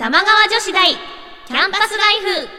玉川女子大キャンパスライフ。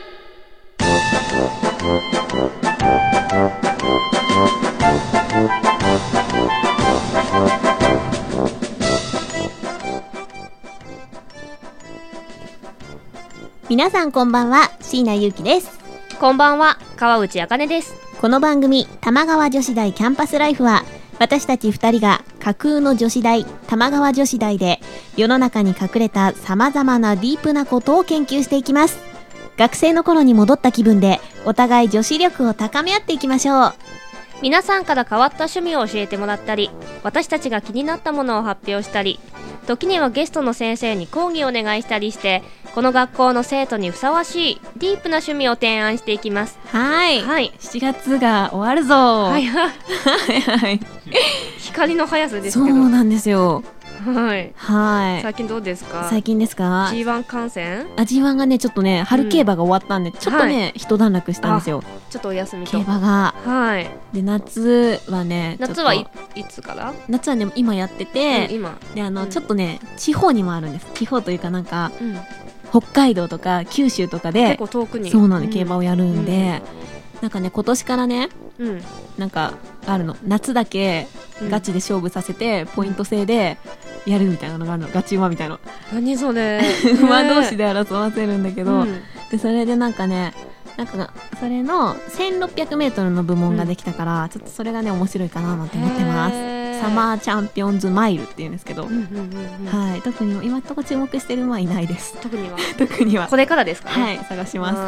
皆さんこんばんは、椎名優樹です。 こんばんは、川内茜です。 この番組玉川女子大キャンパスライフは、私たち2人が架空の女子大玉川女子大で世の中に隠れた様々なディープなことを研究していきます。学生の頃に戻った気分でお互い女子力を高め合っていきましょう。 皆さんから変わった趣味を教えてもらったり、私たちが気になったものを発表したり、時にはゲストの先生に講義をお願いしたりして、この学校の生徒にふさわしいディープな趣味を提案していきます。 はい、 はい、 7月が終わるぞ。 はいはい。 光の速さですけど。 そうなんですよ。 はい。 はい。 最近どうですか？ 最近ですか？ G1 観戦 ？G1 がね、ちょっとね、春競馬が終わったんで、ちょっとね、一段落したんですよ。 ちょっとお休みと。 競馬が。 はい。 で、夏はね、 夏はいつから？ 夏はね、今やってて、 今。 で、ちょっとね、地方にもあるんです。地方というかなんか、 うん、 北海道とか九州とかで、 結構遠くに。 そうなんで、競馬をやるんで、なんかね、今年からね、なんかあるの。夏だけガチで勝負させて、ポイント制でやるみたいなのがあるの。ガチ馬みたいな。 何それ？ 馬同士で争わせるんだけど、でそれでなんかね、なんかそれの1600メートルの部門ができたから、ちょっとそれがね面白いかななんて思ってます。サマーチャンピオンズマイルっていうんですけど、はい、特に今のところ注目してる馬はいないです。 特には。これからですかね。 はい、探します。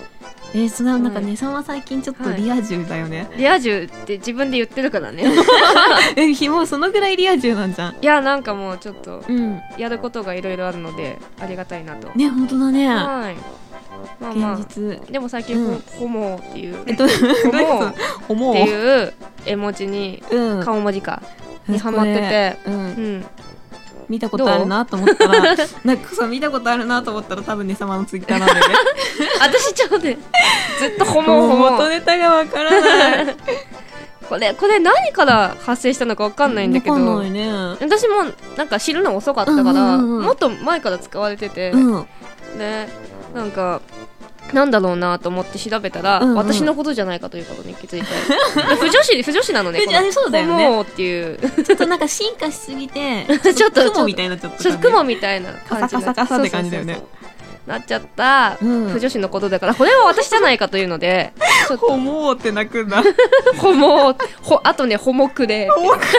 そのなんかね、さんは最近ちょっとリア充だよね。 リア充って自分で言ってるからね。 もうそのぐらいリア充なんじゃん。 いや、なんかもうちょっとやることがいろいろあるのでありがたいなと。 ね、本当だね。 はい。まあまあ、 現実でも最近ホモっていうホモっていう絵文字に、顔文字かにハマってて、 見たことあるなと思ったら、なんかさ、見たことあるなと思ったら多分ね様のツイッターなんだよね。 私ちょっとね、ずっとホモ元ネタがわからない。 これ何から発生したのかわかんないんだけど、 わかんないね。 私もなんか知るの遅かったから、もっと前から使われてて、でなんかなんだろうなと思って調べたら、私のことじゃないかということに気づいて、不女子なのね。 そうだよね。 ホモっていうちょっとなんか進化しすぎて、 ちょっと雲みたいになっちゃった。 雲みたいな感じ、カサカサカサって感じだよね。 なっちゃった不女子のことだから、これは私じゃないかというので、 ホモって泣くんだ。 あとね、ホモクレ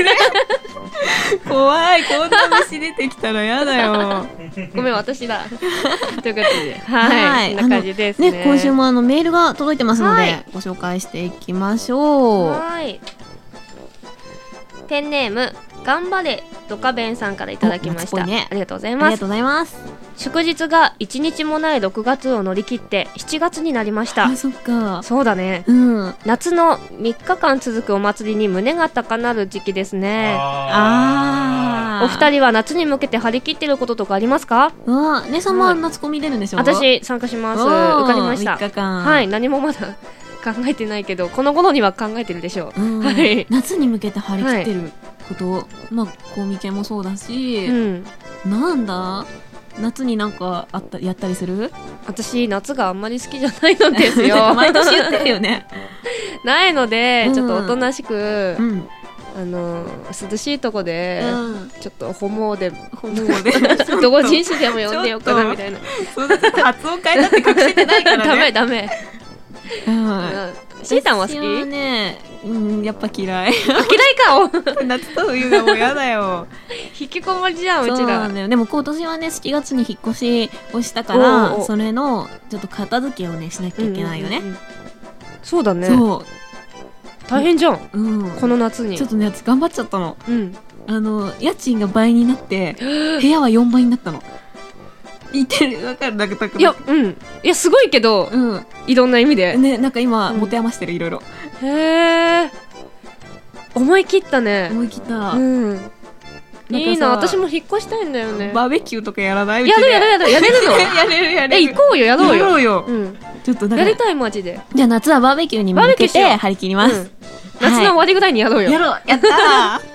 怖い、こんな虫出てきたらやだよ。 ごめん、私だ。ということで、はい、こんな感じですね。 今週もメールが届いてますので、ご紹介していきましょう。 はい。ペンネーム頑張れドカベンさんからいただきました。ありがとうございます。 ありがとうございます。 祝日が1日もない6月を乗り切って7月になりました。 あ、そっか。 そうだね。夏の3日間続くお祭りに胸が高鳴る時期ですね。お二人は夏に向けて張り切ってることとかありますか？ ねさま夏コミ出るんでしょ？ 私参加します。受かりました。 3日間。 はい、何もまだ考えてないけど、この頃には考えてるでしょう。はい。 夏に向けて張り切ってること、まあコミケもそうだし、なんだ？夏になんかやったりする？私夏があんまり好きじゃないのですよ。 毎年言ってるよね。 ないので、ちょっとおとなしく、涼しいとこで、ちょっとホモで同人誌でも読んでようかなみたいな。 発音変えたって隠せてないからね。 ダメ。シーさんは好き？ ね、やっぱ嫌い。 嫌いか。 夏と冬がもうやだよ。 引きこもりじゃん、うちら。 でも今年はね、7月に引っ越しをしたから、それのちょっと片付けをねしなきゃいけないよね。 そうだね。大変じゃん。この夏に。 ちょっとね、頑張っちゃったの。家賃が倍になって部屋は4倍になったの。言ってる、わかる？ いやすごいけど、いろんな意味でね、なんか今持て余してる、いろいろ。 へえ、思い切ったね。 思い切った。 いいな、私も引っ越したいんだよね。 バーベキューとかやらない？ やれるの？やれる。行こうよ、やろうよ。 ちょっとやりたい、マジで。 じゃあ夏はバーベキューに向けて張り切ります。 夏の終わりぐらいにやろうよ。 やったー。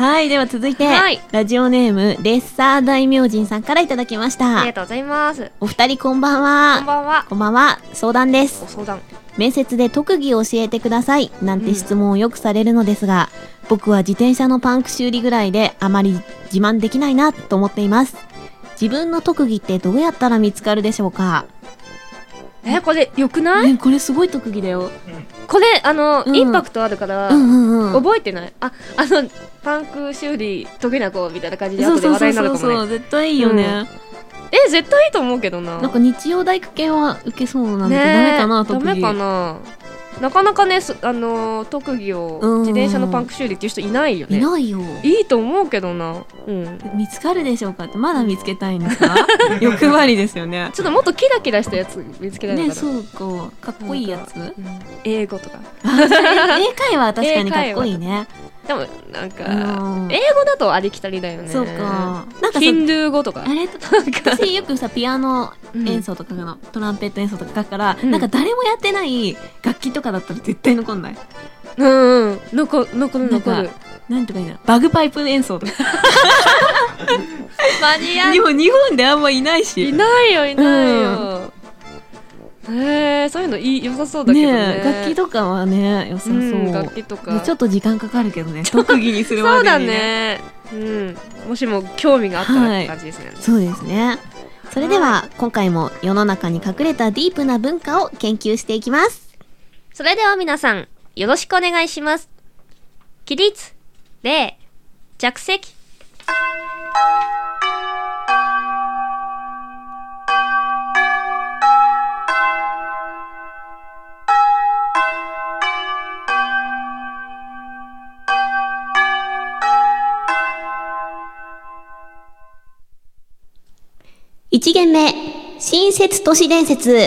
はい、では続いて、 はいラジオネームレッサー大明神さんからいただきましありた。 がとうございます。 お二人こんばんは。 こんばんは。 こんばんは。相談ですご。相談。 面接で特技を教えてくださいなんて質問をよくされるのですが、僕は自転車のパンク修理ぐらいであまり自慢できないなと思っています。自分の特技ってどうやったら見つかるでしょうか？ これよくない？ ね、これすごい特技だよ。 これうんインパクトあるから、 うん。 覚えてない？パンク修理得意な子みたいな感じで後で話題になるかもね。 そう、絶対いいよね。 絶対いいと思うけどな。 なんか日曜大工系は受けそうなんだけど、ダメかな、特技。 ダメかな。なかなかね、特技を自転車のパンク修理っていう人いないよね。 いないよ。 いいと思うけどな。 見つかるでしょうかって、まだ見つけたいんですか？欲張りですよね。 ちょっともっとキラキラしたやつ見つけたいのかな。 ね、そうか。かっこいいやつ？ 英語とか。 英会話は確かにかっこいいね。 でもなんか英語だとありきたりだよね。 そうか。なんかヒンドゥー語とか。 あれ私よくさピアノ演奏とかのトランペット演奏とか書くからなんか誰もやってない楽器とかだったら絶対残んない。 残る。 なんとかいいな、バグパイプ演奏とか。 マニア日本であんまいないし。 いないよ。そういうの良さそうだけどね。 楽器とかはね良さそう。 楽器とかちょっと時間かかるけどね、特技にするまでにね。 そうだね。もしも興味があったらって感じですね。 そうですね。それでは今回も世の中に隠れたディープな文化を研究していきます。 それでは皆さんよろしくお願いします。起立、礼、着席。 1限目、新設都市伝説。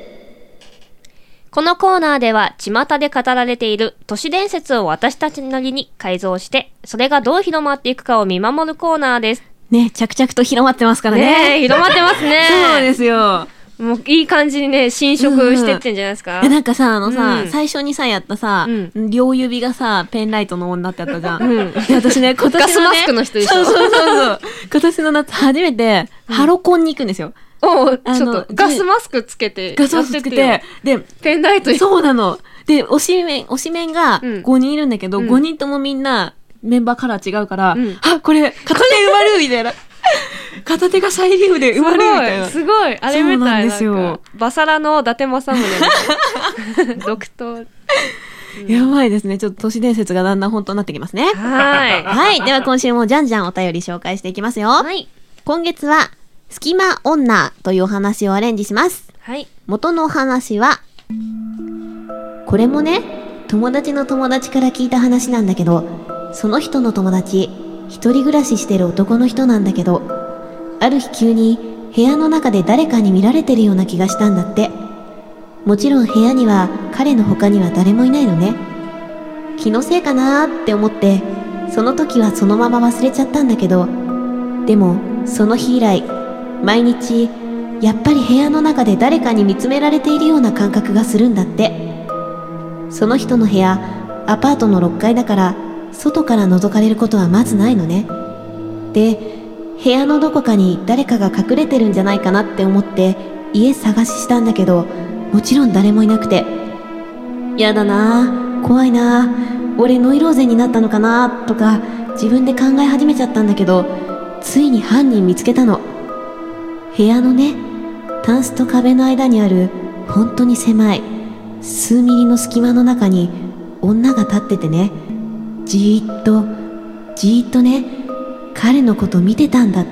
このコーナーでは巷で語られている都市伝説を私たちなりに改造して、それがどう広まっていくかを見守るコーナーです。 ね、着々と広まってますからね。 広まってますね。 そうですよ。 もういい感じにね、侵食してってんじゃないですか。 なんかさ、最初にさ、やったさ、両指がさ、ペンライトの女ってやったじゃん。で、私ね、今年のね、 ガスマスクの人でしょ。 そう。今年の夏初めて、ハロコンに行くんですよ。 ちょっと、ガスマスクつけて、 で、 ペンライトそうなの。で、推しメンが5人いるんだけど、5人ともみんな、メンバーカラー違うから、これ、片手埋まるみたいな。片手がサイリウムで埋まるみたいな。 すごい、あれみたいな。 そうなんですよ。 バサラの伊達政宗の独特。 やばいですね。ちょっと都市伝説がだんだん本当になってきますね。 はい。 では今週もじゃんじゃんお便り紹介していきますよ。 はい。 今月は、隙間女というお話をアレンジします。 はい。 元のお話は、これもね、友達の友達から聞いた話なんだけど、その人の友達、一人暮らししてる男の人なんだけど、ある日急に部屋の中で誰かに見られてるような気がしたんだって。もちろん部屋には彼の他には誰もいないのね。気のせいかなーって思って、その時はそのまま忘れちゃったんだけど、でもその日以来、毎日やっぱり部屋の中で誰かに見つめられているような感覚がするんだって。その人の部屋、アパートの6階だから外から覗かれることはまずないのね。で、部屋のどこかに誰かが隠れてるんじゃないかなって思って家探ししたんだけど、もちろん誰もいなくて、やだなぁ、怖いなぁ、俺ノイローゼになったのかなとか自分で考え始めちゃったんだけど、ついに犯人見つけたの。部屋のね、タンスと壁の間にある本当に狭い数ミリの隙間の中に女が立っててね、じーっとね、彼のこと見てたんだって。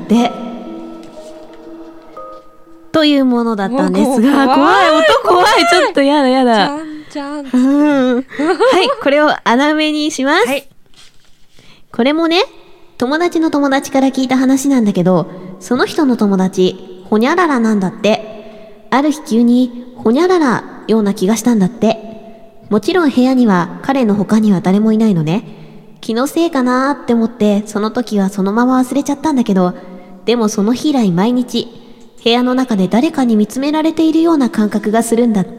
というものだったんですが、怖い、音怖い、ちょっとやだ。はい、これを穴埋めにします。はい。これもね、友達の友達から聞いた話なんだけど、その人の友達、ほにゃららなんだって。ある日急に、ほにゃららような気がしたんだって。もちろん部屋には彼の他には誰もいないのね。気のせいかなーって思って、その時はそのまま忘れちゃったんだけど、でもその日以来毎日、部屋の中で誰かに見つめられているような感覚がするんだって。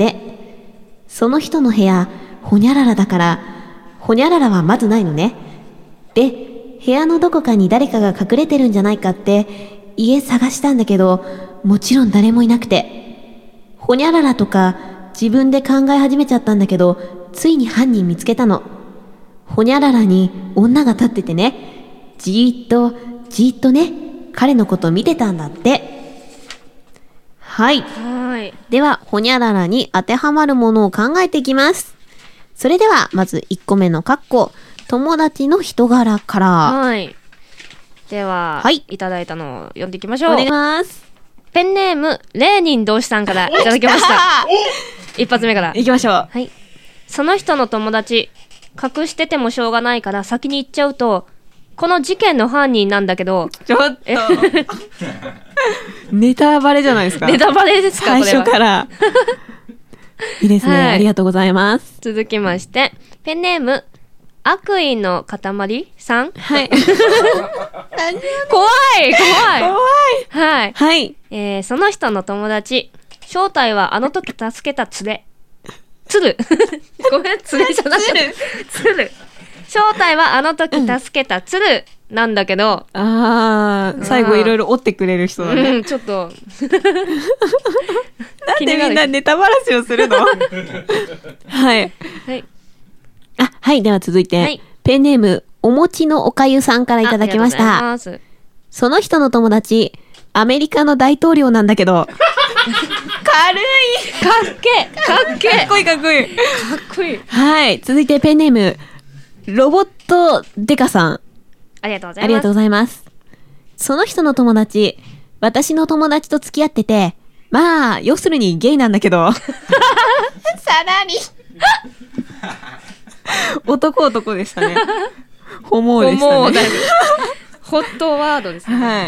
その人の部屋、ほにゃららだから、ほにゃららはまずないのね。で、 部屋のどこかに誰かが隠れてるんじゃないかって家探したんだけど、もちろん誰もいなくて。ほにゃららとか自分で考え始めちゃったんだけど、ついに犯人見つけたの。ほにゃららに女が立っててね、じーっとね、彼のこと見てたんだって。はい。 はい。 では、ほにゃららに当てはまるものを考えていきます。それでは、まず1個目の括弧、友達の人柄から。 はい。では、 はいいただいたのを読んでいきましょう。 お願いします。 ペンネーム、レーニン同士さんからいただきました。一発目から。 行きましょう。 はい。その人の友達、隠しててもしょうがないから先に行っちゃうと、この事件の犯人なんだけど、 ちょっと。ネタバレじゃないですか。 ネタバレですか、これは。 最初から。いいですね、 はいありがとうございます。 続きまして、ペンネーム、悪意の塊さん。 はい。 怖い。はい。 はい。 その人の友達、正体はあの時助けた連れ。鶴。ごめん、連れじゃなくて。鶴。正体はあの時助けた鶴なんだけど。 最後いろいろ折ってくれる人だね。 ちょっと。 なんでみんなネタバラシをするの？はい。 はい。 はい。では続いて、 はい、 ペンネーム、お餅のおかゆさんからいただきました。その人の友達、アメリカの大統領なんだけど。軽い。 かっこいい。 はい。続いてペンネーム、ロボットデカさん。 ありがとうございます。 ありがとうございます。その人の友達、私の友達と付き合ってて、まあ、要するにゲイなんだけど。さらに。男でしたね。ホモでしたね。 ホットワードですね。 はい。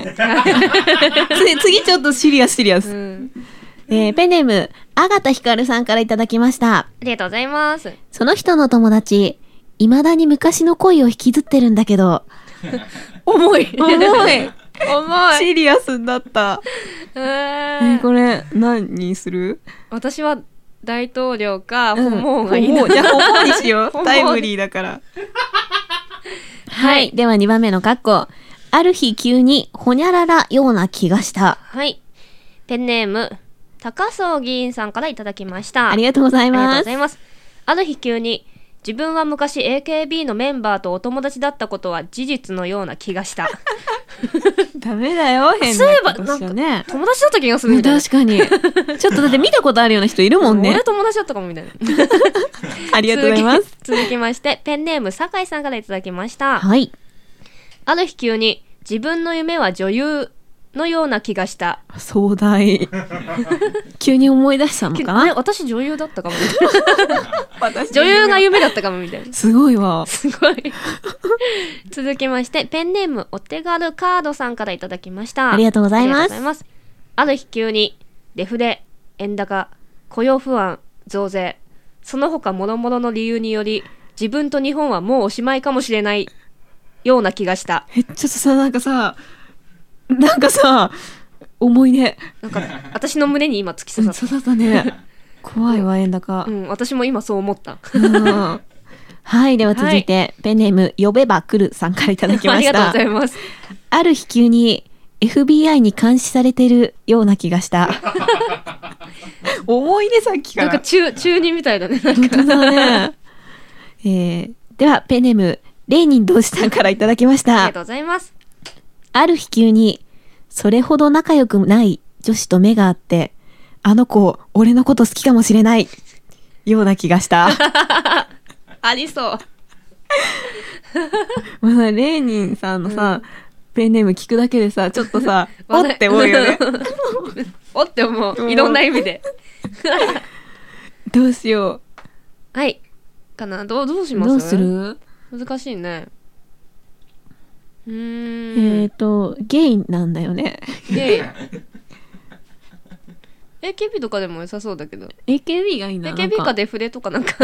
次ちょっとシリアス。ペンネーム、あがたひかるさんからいただきました。 ありがとうございます。 その人の友達、未だに昔の恋を引きずってるんだけど。 重い。 シリアスだった。これ、何にする？ 私は大統領か、ホモがいいな。 じゃあホモにしよう。タイムリーだから。はい。では2番目の括弧。ある日急にほにゃららような気がした。 はい。ペンネーム、高荘議員さんからいただきました。 ありがとうございます。 ありがとうございます。ある日急に、自分は昔 AKB のメンバーとお友達だったことは事実のような気がした。 ダメだよ、変なことしよね。 友達だった気がするみたいな。 確かに。ちょっとだって見たことあるような人いるもんね。 俺友達だったかもみたいな。 ありがとうございます。 続きまして、ペンネーム、酒井さんからいただきました。 はい。 ある日急に、自分の夢は女優のような気がした。 壮大。急に思い出したのかな？ 私女優だったかもみたいな。女優が夢だったかもみたいな。 すごいわ。 すごい。続きまして、ペンネームお手軽カードさんからいただきました。 ありがとうございます。 ありがとうございます。ある日急に、デフレ、円高、雇用不安、増税、その他諸々の理由により、自分と日本はもうおしまいかもしれないような気がした。 ちょっとさ、なんかさ、重いね。 なんか、私の胸に今突き刺さった。 刺さったね。怖いわ、円高。 私も今そう思った。 はい、では続いて、ペンネーム、呼べば来るさんからいただきました。 ありがとうございます。 ある日急に、FBI に監視されてるような気がした。重いね、さっきから。 なんか中二みたいだね。なんか本当だね。では、ペンネーム、レーニン同士さんからいただきました。 ありがとうございます。 ある日急に、それほど仲良くない女子と目があって、あの子、俺のこと好きかもしれない、ような気がした。 ありそう。 もうさ、レーニンさんのさ、ペンネーム聞くだけでさ、ちょっとさ、おって思うよね。 おって思う。いろんな意味で。 どうしよう。はい。かな。どうします？ どうする？ 難しいね。 ゲイなんだよね。 ゲイ。AKB とかでも良さそうだけど。 AKB がいいな。 AKB かデフレとかなんか。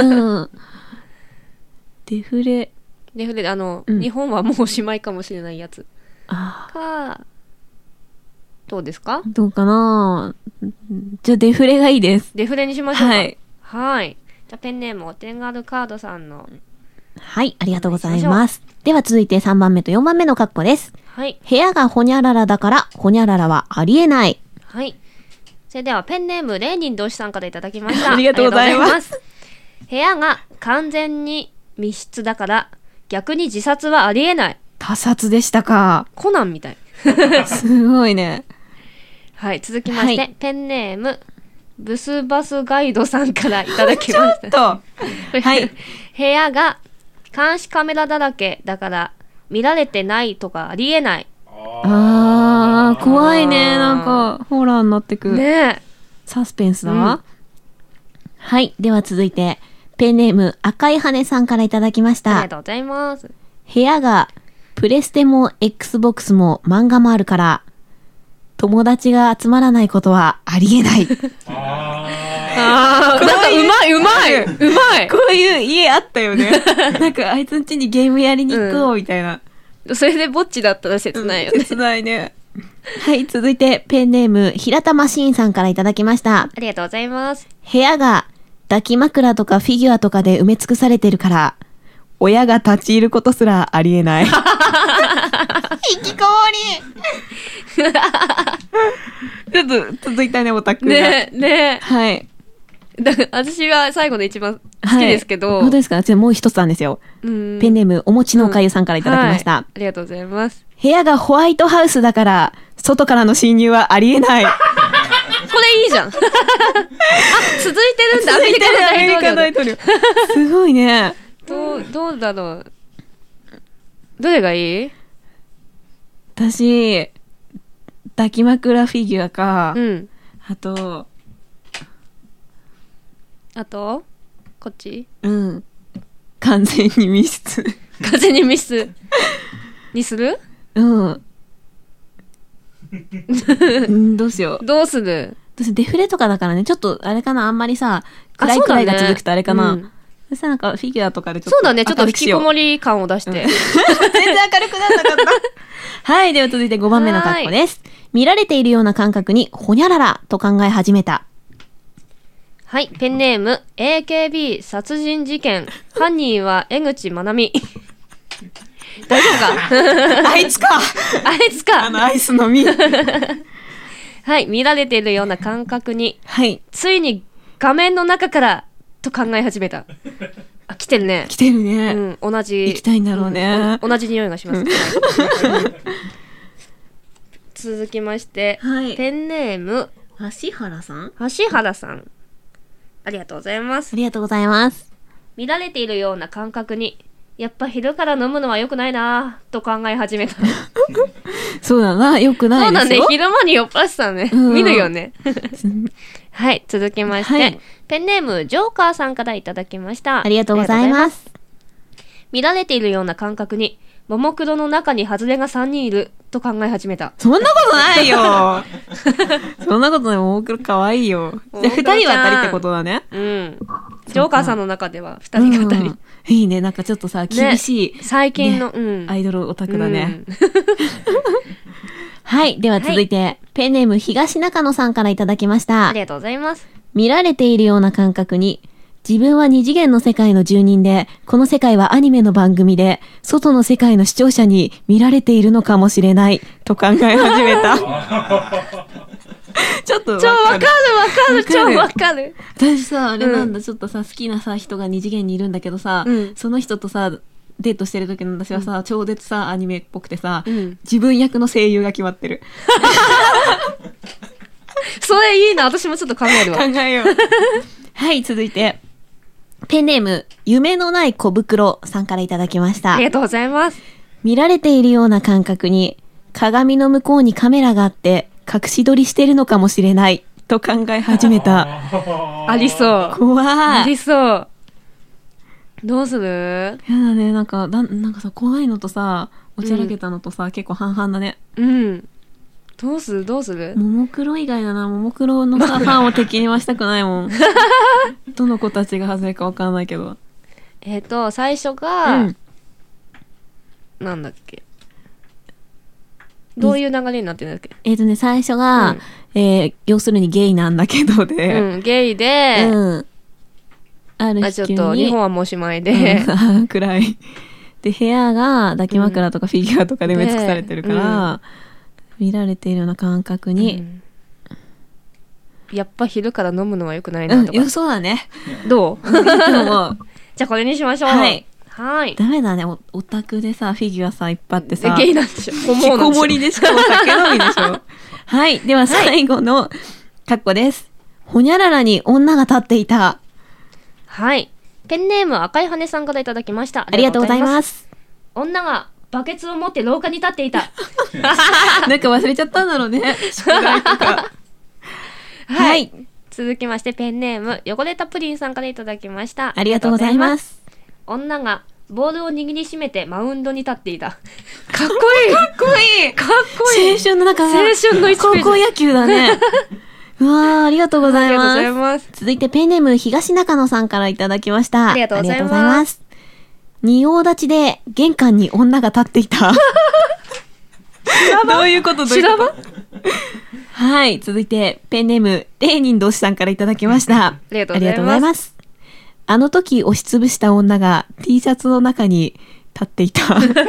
デフレで、日本はもうおしまいかもしれないやつ。か、どうですか？ どうかな？じゃあデフレがいいです。 デフレにしましょうか。 はい。 はい。じゃあペンネームお手軽カードさんのはい、ありがとうございます。では続いて3番目と4番目の括弧です。 はい。 部屋がほにゃららだから、ほにゃららはありえない。 はい。それではペンネームレーニン同士さんからいただきました。 ありがとうございます。 部屋が完全に密室だから、逆に自殺はありえない。 他殺でしたか。 コナンみたい。 すごいね。 はい、続きまして、ペンネームブスバスガイドさんからいただきました。 ちょっと。はい。 部屋が監視カメラだらけだから見られてないとかありえない。 あー、怖いね。なんかホラーになってく。 ねえ。 サスペンスだわ。はい。では続いて、ペンネーム赤い羽さんからいただきました。 ありがとうございます。 部屋がプレステも Xbox も漫画もあるから、友達が集まらないことはありえない。 なんかうまいこういう家あったよね。なんかあいつん家にゲームやりに行こうみたいな。 それでぼっちだったら切ないよね。 切ないね。はい、続いてペンネーム平田マシーンさんからいただきました。 ありがとうございます。 部屋が抱き枕とかフィギュアとかで埋め尽くされてるから、親が立ち入ることすらありえない。引きこもり。ちょっと続いたね、オタクが。 ね。 はい。 だから私は最後で一番好きですけど。 はい、本当ですか？もう一つなんですよ。ペンネームお餅のおかゆさんからいただきました、 はい。ありがとうございます。 部屋がホワイトハウスだから、外からの侵入はありえない。これいいじゃん。あ、続いてるんだ。アメリカ大統領。 すごいね。 どうだろう。どれがいい？ 私、抱き枕フィギュアか、あとこっち？ 完全に密室。 完全に密室にする？ どうしよう。 どうする？ 私デフレとかだからね、ちょっっとあれかな、あんまりさ、暗いが続くとあれかな。そしたらなんかフィギュアとかでちょっとそうだね、ちょっと引きこもり感を出して。全然明るくならなかった。はい、では続いて5番目の括弧です。見られているような感覚にほにゃららと考え始めた。 はい、ペンネーム AKB 殺人事件。犯人は江口まなみ。大丈夫か？ あいつかアイスの実。 はい、見られているような感覚に、 はい、 ついに画面の中からと考え始めた。あ、来てるね。 来てるね。 同じ。 行きたいんだろうね。 同じ匂いがします。続きまして、ペンネーム橋原さん。 ありがとうございます。 ありがとうございます。 見られているような感覚に、やっぱ昼から飲むのは良くないなぁと考え始めた。 そうだな、良くないですよ。 そうだね、昼間に酔っ払ってたね。見るよね。はい、続きまして、ペンネームジョーカーさんからいただきました。 ありがとうございます。 見られているような感覚に、ももクロの中にハズレが3人いると考え始めた。 そんなことないよ。そんなことない、ももクロ可愛いよ。で、2人は当たりってことだね。 ジョーカーさんの中では2人が当たり。 いいね、なんかちょっとさ、厳しい。 最近の、 アイドルオタクだね。はい、では続いて、ペンネーム東中野さんからいただきました。 ありがとうございます。 見られているような感覚に、自分は二次元の世界の住人で、この世界はアニメの番組で、外の世界の視聴者に見られているのかもしれない、と考え始めた。ちょっと超わかる。 私さ、あれなんだ、ちょっとさ、好きなさ、人が二次元にいるんだけどさ、その人とさ、デートしてる時の私はさ、超絶さ、アニメっぽくてさ、自分役の声優が決まってる。 それいいな、私もちょっと考えるわ。 考えよう。はい、続いて、ペンネーム、夢のない小袋さんからいただきました。 ありがとうございます。 見られているような感覚に、鏡の向こうにカメラがあって、隠し撮りしてるのかもしれない、と考え始めた。 ありそう。 怖い。 ありそう。どうする？ やだね、なんかさ、怖いのとさ、おちゃらけたのとさ、結構半々だね。 どうする？ ももクロ以外だな。ももクロのさ、ファンを敵にはしたくないもん。どの子たちが外れかわかんないけど。 最初が、なんだっけ。どういう流れになってるんだっけ？ 最初が、要するにゲイなんだけどで。 ゲイで、 ある日ちょっ急にと日本はもうおしまいで、 暗い。で、部屋が抱き枕とかフィギュアとかで埋め尽くされてるから、見られているような感覚に。 やっぱ昼から飲むのは良くないなとか。 そうだね。 どういいと思う。 じゃあこれにしましょう。 はい。 はい。 ダメだね。オタクでさ、フィギュアさ、いっぱいあってさ。 ゲイなんでしょ。 引きこもりでしかも酒飲みでしょ。はい。では最後のカッコです。ほにゃららに女が立っていた。 はい。ペンネーム赤い羽さんからいただきました。 ありがとうございます。 女がバケツを持って廊下に立っていた。 なんか忘れちゃったんだろうね。宿題とか。 はい。続きましてペンネーム汚れたプリンさんからいただきました。 ありがとうございます。 女がボールを握りしめてマウンドに立っていた。かっこいい。 かっこいい。 かっこいい。 青春の中が。 青春の1ページ。 高校野球だね。うわー、ありがとうございます。 ありがとうございます。 続いてペンネーム東中野さんからいただきました。 ありがとうございます。 仁王立ちで玄関に女が立っていた。どういうこと修羅場はい。続いてペンネームレーニン同士さんからいただきました。 ありがとうございます。 あの時押しつぶした女が T シャツの中に立っていた。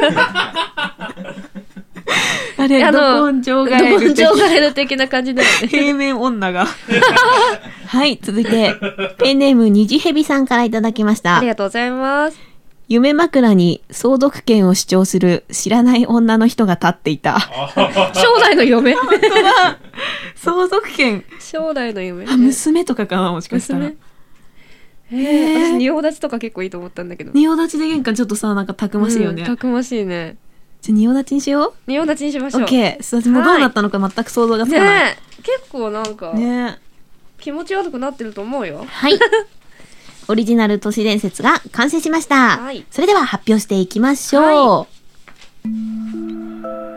あれ、ど根性ガエル的な感じだよね。 平面女が。はい、続いて、ペンネームにじへびさんからいただきました。 ありがとうございます。 夢枕に相続権を主張する知らない女の人が立っていた。 将来の嫁。 本当だ。相続権。 将来の夢。 娘とかかな、もしかしたら。 私、仁王立ちとか結構いいと思ったんだけど。 仁王立ちで玄関ちょっとさ、なんかたくましいよね。 たくましいね。 じゃあ仁王立ちにしよう。 仁王立ちにしましょう。 オッケー。私もどうなったのか全く想像がつかない。 ねえ、結構なんか、気持ち悪くなってると思うよ。 はい。オリジナル都市伝説が完成しました。はい。それでは発表していきましょう。はい、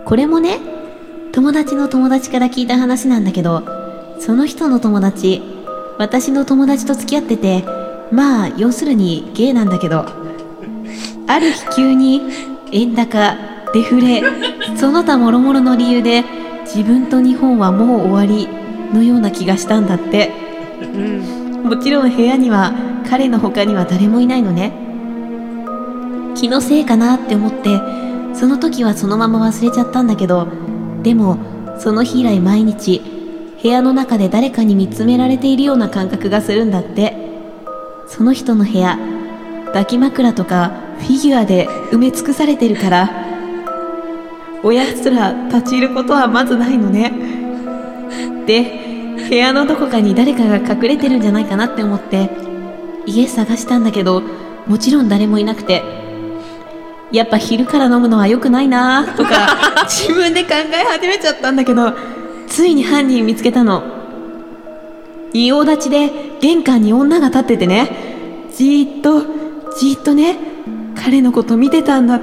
これもね、友達の友達から聞いた話なんだけど、その人の友達、私の友達と付き合ってて、まあ要するにゲイなんだけど、ある日急に円高、デフレ、その他諸々の理由で自分と日本はもう終わりのような気がしたんだって。もちろん部屋には彼の他には誰もいないのね。気のせいかなって思ってその時はそのまま忘れちゃったんだけど、でもその日以来毎日部屋の中で誰かに見つめられているような感覚がするんだって。その人の部屋、抱き枕とかフィギュアで埋め尽くされてるから、親すら立ち入ることはまずないのね。で、部屋のどこかに誰かが隠れてるんじゃないかなって思って家探したんだけど、もちろん誰もいなくて、やっぱ昼から飲むのは良くないなとか自分で考え始めちゃったんだけど、ついに犯人見つけたの。仁王立ちで玄関に女が立っててね、じーっとね、彼のこと見てたんだって。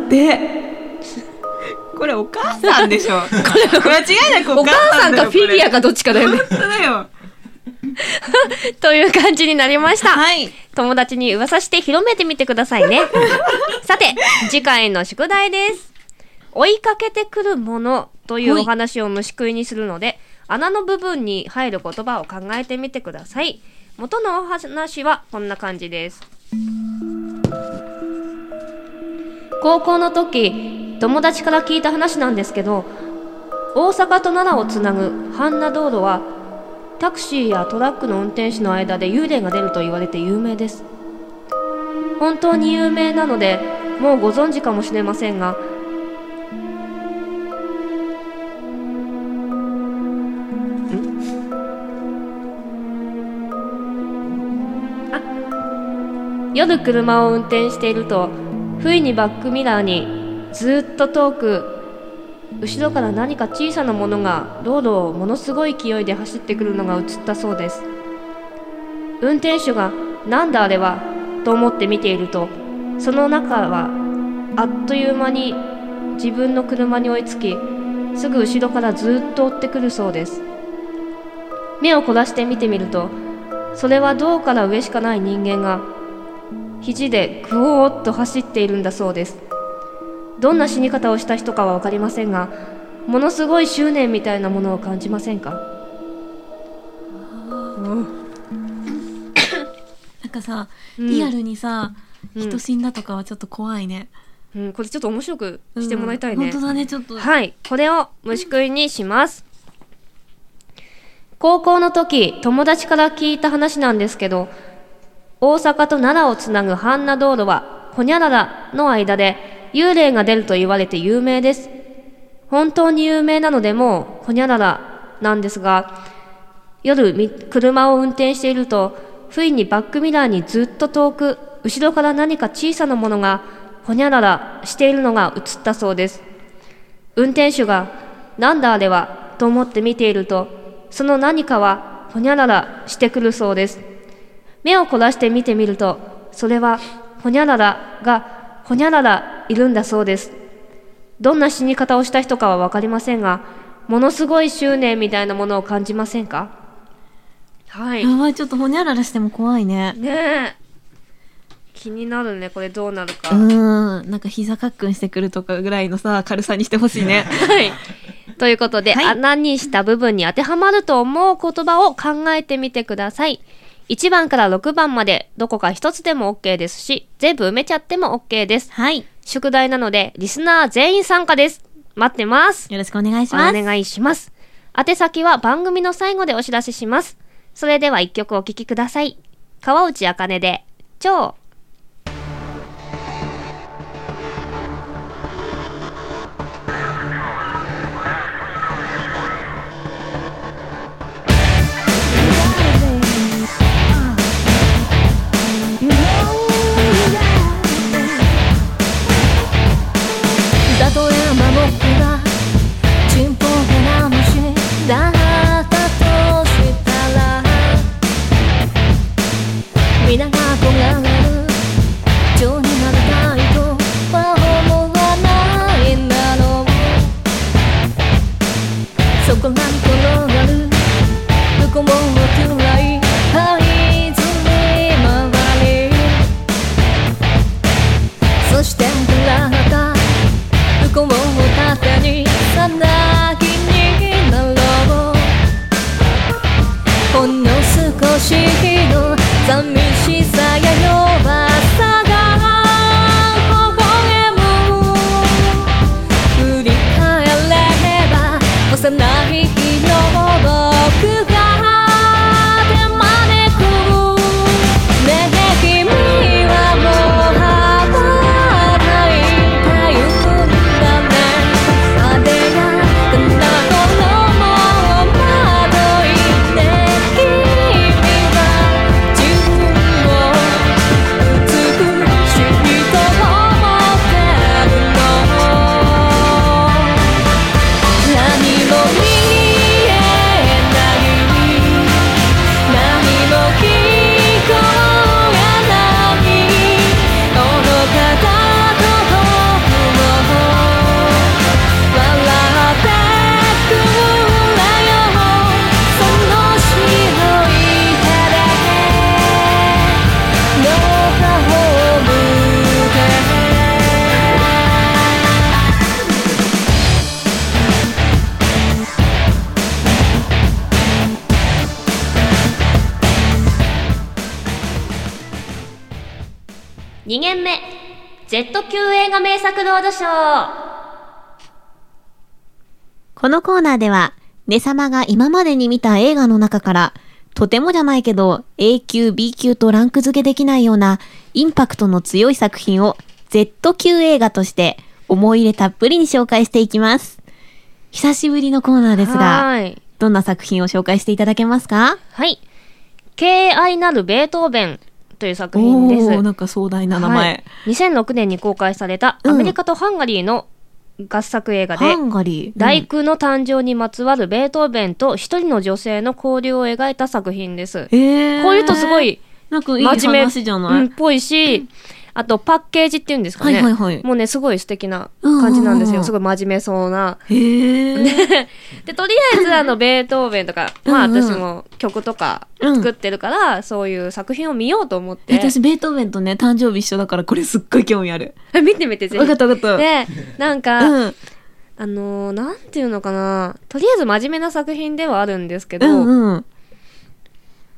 これお母さんでしょ。これ間違いなくお母さんかフィギュアかどっちかだよね。 本当だよ。 という感じになりました。 はい。 友達に噂して広めてみてくださいね。さて、次回の宿題です。追いかけてくるものというお話を虫食いにするので、穴の部分に入る言葉を考えてみてください。元のお話はこんな感じです。高校の時、友達から聞いた話なんですけど、大阪と奈良をつなぐ阪奈道路はタクシーやトラックの運転手の間で幽霊が出ると言われて有名です。本当に有名なのでもうご存知かもしれませんが、夜車を運転していると不意にバックミラーにずっと遠く後ろから何か小さなものが道路をものすごい勢いで走ってくるのが映ったそうです。運転手がなんだあれはと思って見ていると、その中はあっという間に自分の車に追いつき、すぐ後ろからずっと追ってくるそうです。目を凝らして見てみると、それは胴から上しかない人間が肘でグオーッと走っているんだそうです。どんな死に方をした人かは分かりませんが、ものすごい執念みたいなものを感じませんか？ なんなんかさ、 うんリアルにさ、 うん人死んだとかはちょっと怖いね。 これちょっと面白くしてもらいたいね。 本当だね、ちょっと。 はい。これを虫食いにします。高校の時、友達から聞いた話なんですけど、大阪と奈良をつなぐ阪奈道路は、ほにゃららの間で幽霊が出ると言われて有名です。本当に有名なのでもう、ほにゃららなんですが、夜、車を運転していると、不意にバックミラーにずっと遠く、後ろから何か小さなものが、ほにゃららしているのが映ったそうです。運転手が、なんだあれは、と思って見ていると、その何かは、ほにゃららしてくるそうです。目を凝らして見てみると、それは、ほにゃららが、ほにゃららいるんだそうです。どんな死に方をした人かはわかりませんが、ものすごい執念みたいなものを感じませんか？はい。 やばい、ちょっとほにゃららしても怖いね。 ねえ。気になるね、これどうなるか。 なんか膝カックンしてくるとかぐらいのさ、軽さにしてほしいね。 はい。ということで、 はい穴にした部分に当てはまると思う言葉を考えてみてください。1番から6番までどこか一つでも OK ですし、全部埋めちゃっても OK です。 はい。 宿題なので、リスナー全員参加です。待ってます。 よろしくお願いします。 お願いします。宛先は番組の最後でお知らせします。それでは一曲お聴きください。川内茜で、超。 例えば僕がちんぽけな虫だったとしたら、皆が憧れる蝶になりたいとは思わないんだろう。そこらに転がる向こうの暗い這いずり回り、そして僕らが向こうを盾にさなぎになろう。ほんの少しの寂しさや弱さが微笑む。振り返れば幼い日の僕が手招く。ねえ君はもう羽ばたいてゆくんだね。あれやこんな頃も惑いて君は自分を美しいと思ってるの。何も見えない何も聞こえない愚かだと僕を笑ってくれよ。その白い手でどうかを向け。 2限目 Z 級映画名作ロードショー。 このコーナーでは、ね様が今までに見た映画の中から、とてもじゃないけど A 級、B 級とランク付けできないようなインパクトの強い作品を Z 級映画として思い入れたっぷりに紹介していきます。久しぶりのコーナーですが、 はい。 どんな作品を紹介していただけますか？ はい。敬愛なるベートーベンという作品です。 おー、なんか壮大な名前。 はい、2006年に公開されたアメリカとハンガリーの合作映画で、 ハンガリー。 第九の誕生にまつわるベートーベンと一人の女性の交流を描いた作品です。こういうとすごいなんかいい真面目話じゃない？ ぽいし、あとパッケージっていうんですかね。 はいはいはい。 もうね、すごい素敵な感じなんですよ。 うんうんうんすごい真面目そうな。 へー。 で、とりあえずベートーベンとか、まあうんうん私も曲とか作ってるから、そういう作品を見ようと思って。 私、ベートーベンとね、誕生日一緒だから、これすっごい興味ある。 見てみて、ぜひ。 わかったわかった。 で、なんか、 うん。 なんていうのかな。とりあえず真面目な作品ではあるんですけど、 うんうん。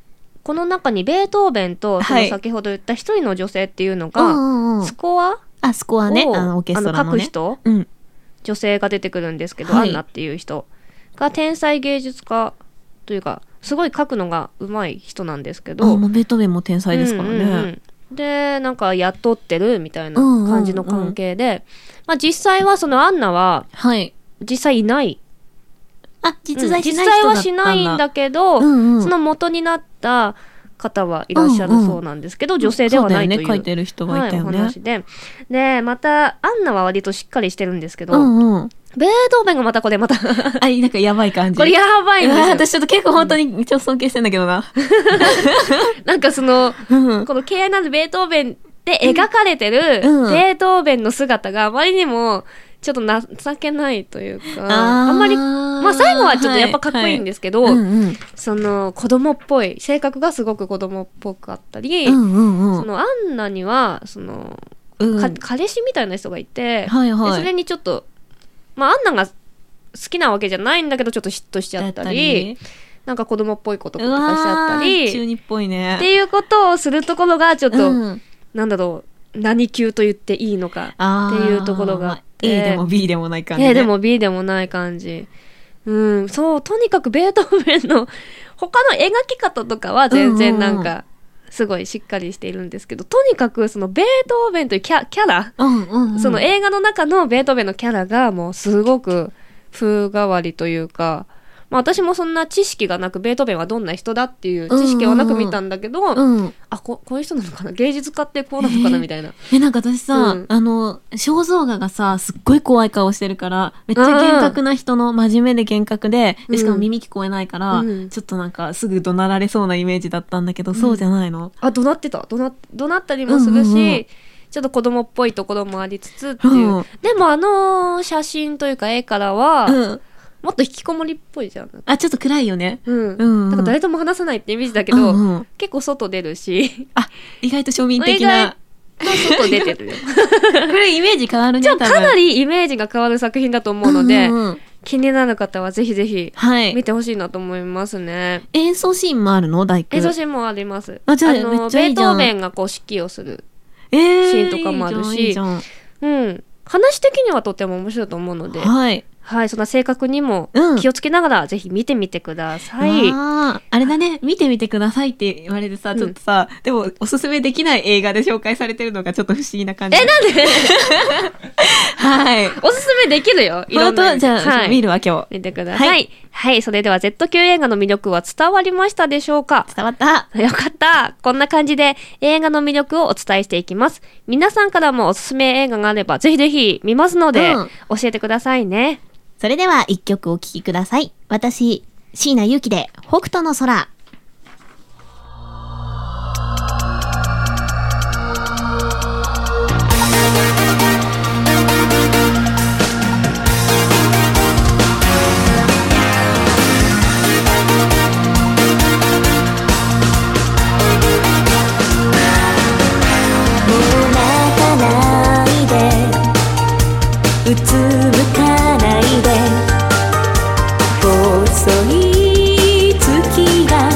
この中にベートーベンとその先ほど言った一人の女性っていうのが、スコアスコアね、オーケストラのね。 書く人、女性が出てくるんですけど、アンナっていう人が天才芸術家というか、すごい書くのが上手い人なんですけど、 ベートーベンも天才ですからね。 で、なんか雇ってるみたいな感じの関係で、まあ実際はそのアンナは、実際いない。 実在しない人だったんだ。 実際はしないんだけど、その元になった方はいらっしゃるそうなんですけど、女性ではないという、 書いてる人がいたよね。 お話で。で、また、アンナは割としっかりしてるんですけど、ベートーベンがまたこれまたなんかやばい感じ。 これやばいんですよ。 私ちょっと結構本当にちょっと尊敬してんだけどな。 なんかその、この敬愛なるベートーベンで描かれてるベートーベンの姿があまりにもちょっと情けないというか、あんまり、まあ最後はちょっとやっぱかっこいいんですけど、その子供っぽい、性格がすごく子供っぽかったり、そのアンナには、その、彼氏みたいな人がいて、それにちょっと、まあアンナが好きなわけじゃないんだけど、ちょっと嫉妬しちゃったり、なんか子供っぽいこととかしちゃったり、 中二っぽいね。 っていうことをするところがちょっと、なんだろう、何級と言っていいのかっていうところがあって、 A でも B でもない感じ、 A でも B でもない感じ。そう、とにかくベートーベンの他の描き方とかは全然なんか、すごいしっかりしているんですけど、とにかくそのベートーベンというキャラ、その映画の中のベートーベンのキャラがもうすごく風変わりというか、まあ私もそんな知識がなく、ベートーベンはどんな人だっていう知識はなく見たんだけど、こういう人なのかな、芸術家ってこうなのかなみたいな。 なんか私さ、肖像画がさ、すっごい怖い顔してるから、めっちゃ厳格な人の、真面目で厳格で、しかも耳聞こえないから、ちょっとなんかすぐ怒鳴られそうなイメージだったんだけど、そうじゃないの？ 怒鳴ってた。怒鳴ったりもするし、ちょっと子供っぽいところもありつつっていう。でも写真というか絵からは、もっと引きこもりっぽいじゃん。 ちょっと暗いよね。 なんか誰とも話さないってイメージだけど、結構外出るし。 意外と庶民的な。 外出てるよ。 これイメージ変わるね。 かなりイメージが変わる作品だと思うので、気になる方はぜひぜひ見てほしいなと思いますね。 演奏シーンもあるの？大工。 演奏シーンもあります。 じゃあめっちゃいいじゃん。 ベートーベンがこう指揮をするシーンとかもあるし、話的にはとても面白いと思うので、そんな性格にも気をつけながらぜひ見てみてください。 あれだね、見てみてくださいって言われてさ、ちょっとさ、でもおすすめできない映画で紹介されてるのがちょっと不思議な感じ。 なんでおすすめできるよ。 いろんな。じゃあ、見るわ今日。 見てください。それでは Z 級映画の魅力は伝わりましたでしょうか？ 伝わった。 よかった。こんな感じで映画の魅力をお伝えしていきます。皆さんからもおすすめ映画があればぜひぜひ見ますので、教えてくださいね。 それでは一曲お聴きください。私、椎名祐希で北斗の空。 うつむかないで細い月が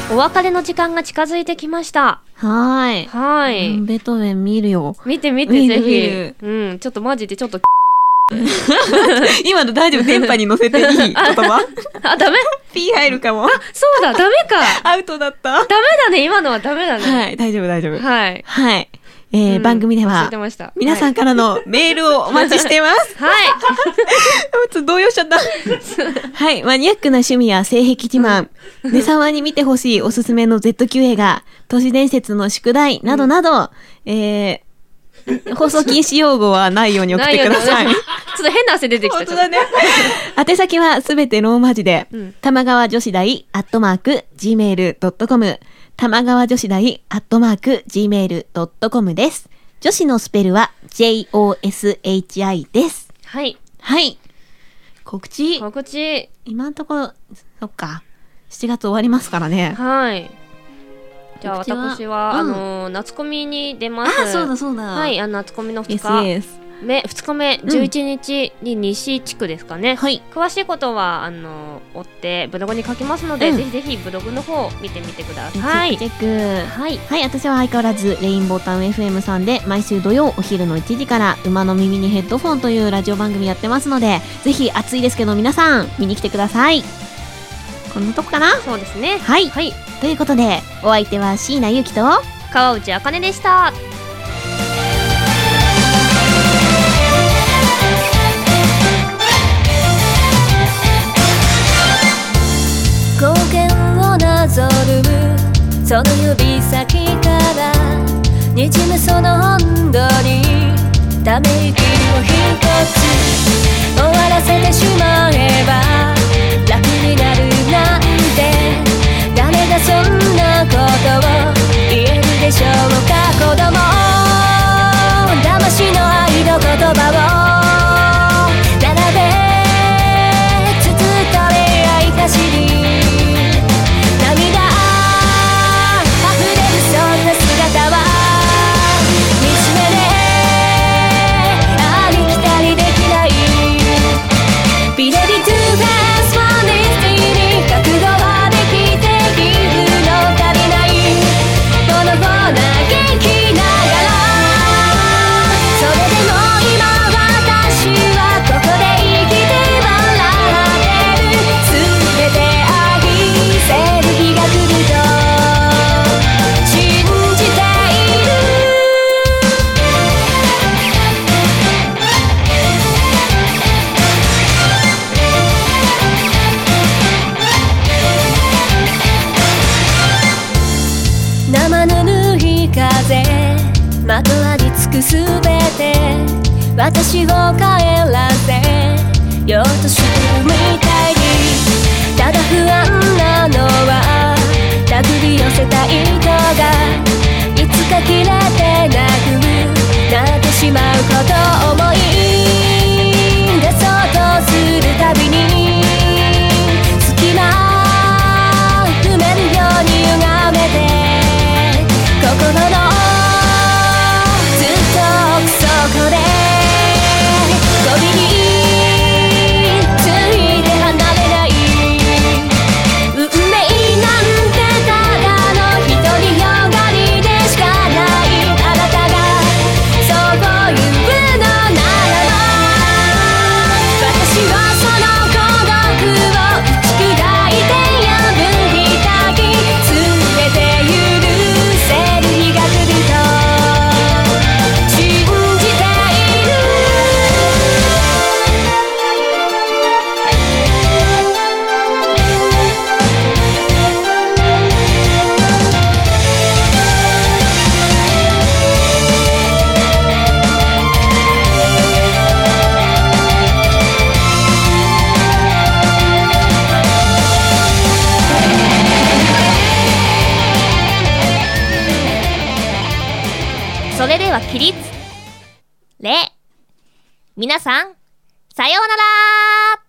お別れの時間が近づいてきました。 はい。 はい。 ベートーベン見るよ。 見てぜひ。うん、ちょっとマジでちょっと今の大丈夫？電波に乗せていい言葉？ あ、ダメ？ P 入るかも。 あ、そうだ、ダメか。 アウトだった。 ダメだね、今のはダメだね。 はい、大丈夫。 はい。 はい。番組では皆さんからのメールをお待ちしています。 はい。 ちょっと動揺しちゃった。はい。マニアックな趣味や性癖自慢、ねさまに見てほしいおすすめの Z 級映画、都市伝説の宿題などなど、放送禁止用語はないように送ってください。 ちょっと変な汗出てきた。 本当だね。宛先はすべてローマ字で、玉川女子大@gmail.com、玉川女子大@gmail.com です。女子のスペルは JOSHI です。 はい。 はい。告知。今んところ、そっか。7月終わりますからね。 はい。じゃあ私は、夏コミに出ます。 あ、そうだ。 はい、夏コミの2日目、11日に西地区ですかね。 はい。 詳しいことは、追ってブログに書きますので、ぜひぜひブログの方見てみてください。 チェック。はい。はい、私は相変わらず、レインボータウン FM さんで、毎週土曜お昼の1時から、馬の耳にヘッドフォンというラジオ番組やってますので、ぜひ暑いですけど皆さん、見に来てください。こんなとこかな？ そうですね。 はい。ということで、お相手は椎名ゆきと川内あかねでした。 光源をなぞるその指先からにじむその温度にため息を一つ終わらせてしまえば楽になるなんて誰がそんなことを言えるでしょうか。子供騙しの愛の言葉を並べつつと恋愛走り涙溢れるそんな姿は惨めでありきたりできないビレビトゥフェスファンディスティに覚悟はできているの足りないボロボロな元気ながらそれでも今私はここで生きて笑ってる全て愛せる日が来ると信じている生ぬるい風まとわりつくすべて私を帰らせようとしてるみたいにただ不安なのは手繰り寄せた糸がいつか切れてなくなってしまうことを思い出そうとするたびに隙間埋めるように歪めて心のずっと奥底でゴミについて離れない運命なんてただの独りよがりでしかないあなたがそう言うのならば私はその孤独を打ち砕いて破りたき全て許せる日が来ると信じているそれでは起立。礼。皆さん、さようなら。